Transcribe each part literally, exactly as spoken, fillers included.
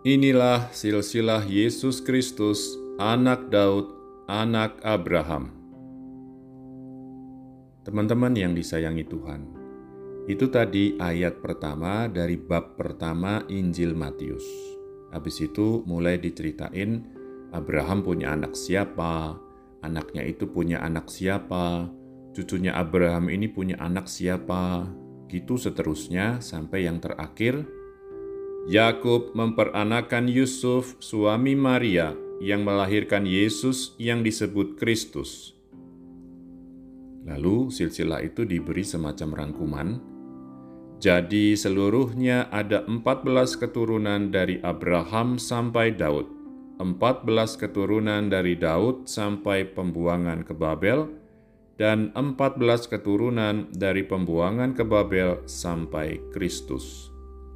Inilah silsilah Yesus Kristus, anak Daud, anak Abraham. Teman-teman yang disayangi Tuhan, itu tadi ayat pertama dari bab pertama Injil Matius. Habis itu mulai diceritain Abraham punya anak siapa, anaknya itu punya anak siapa, cucunya Abraham ini punya anak siapa, gitu seterusnya sampai yang terakhir, Yakub memperanakan Yusuf, suami Maria, yang melahirkan Yesus yang disebut Kristus. Lalu silsilah itu diberi semacam rangkuman. Jadi seluruhnya ada empat belas keturunan dari Abraham sampai Daud, empat belas keturunan dari Daud sampai pembuangan ke Babel, dan empat belas keturunan dari pembuangan ke Babel sampai Kristus.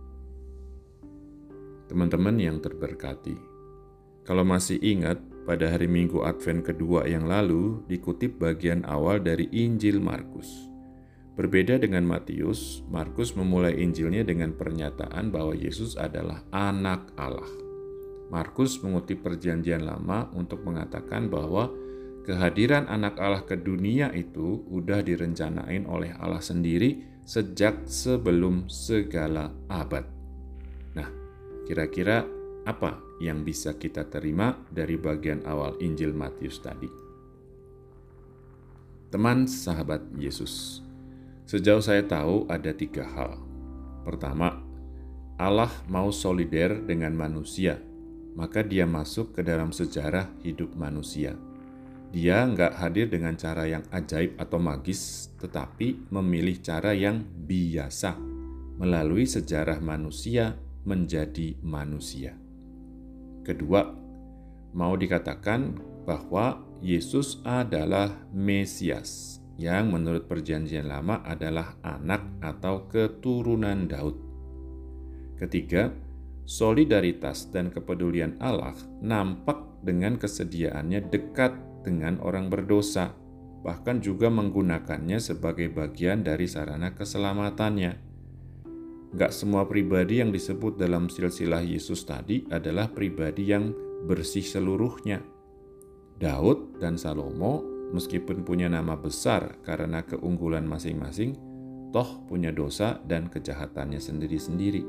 Teman-teman yang terberkati, kalau masih ingat, pada hari Minggu Advent kedua yang lalu dikutip bagian awal dari Injil Markus. Berbeda dengan Matius, Markus memulai Injilnya dengan pernyataan bahwa Yesus adalah anak Allah. Markus mengutip Perjanjian Lama untuk mengatakan bahwa kehadiran anak Allah ke dunia itu udah direncanain oleh Allah sendiri sejak sebelum segala abad. Kira-kira apa yang bisa kita terima dari bagian awal Injil Matius tadi? Teman sahabat Yesus, sejauh saya tahu ada tiga hal. Pertama, Allah mau solider dengan manusia, maka dia masuk ke dalam sejarah hidup manusia. Dia nggak hadir dengan cara yang ajaib atau magis, tetapi memilih cara yang biasa, melalui sejarah manusia menjadi manusia. Kedua, mau dikatakan bahwa Yesus adalah Mesias, yang menurut Perjanjian Lama adalah anak atau keturunan Daud. Ketiga, solidaritas dan kepedulian Allah nampak dengan kesediaannya dekat dengan orang berdosa, bahkan juga menggunakannya sebagai bagian dari sarana keselamatannya. Gak semua pribadi yang disebut dalam silsilah Yesus tadi adalah pribadi yang bersih seluruhnya. Daud dan Salomo meskipun punya nama besar karena keunggulan masing-masing, toh punya dosa dan kejahatannya sendiri-sendiri.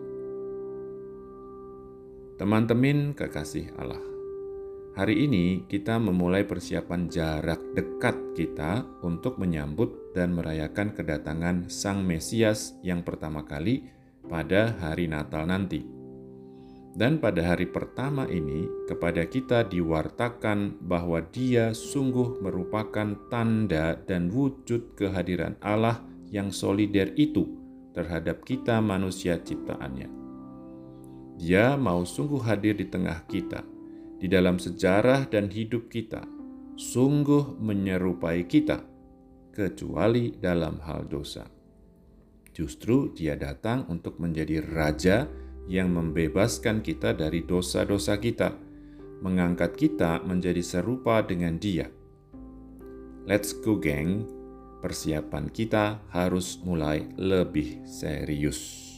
Teman-teman kekasih Allah, hari ini kita memulai persiapan jarak dekat kita untuk menyambut dan merayakan kedatangan Sang Mesias yang pertama kali pada hari Natal nanti. Dan pada hari pertama ini, kepada kita diwartakan bahwa Dia sungguh merupakan tanda dan wujud kehadiran Allah yang solider itu terhadap kita manusia ciptaannya. Dia mau sungguh hadir di tengah kita, di dalam sejarah dan hidup kita, sungguh menyerupai kita, kecuali dalam hal dosa. Justru Dia datang untuk menjadi Raja yang membebaskan kita dari dosa-dosa kita, mengangkat kita menjadi serupa dengan Dia. Let's go geng, persiapan kita harus mulai lebih serius.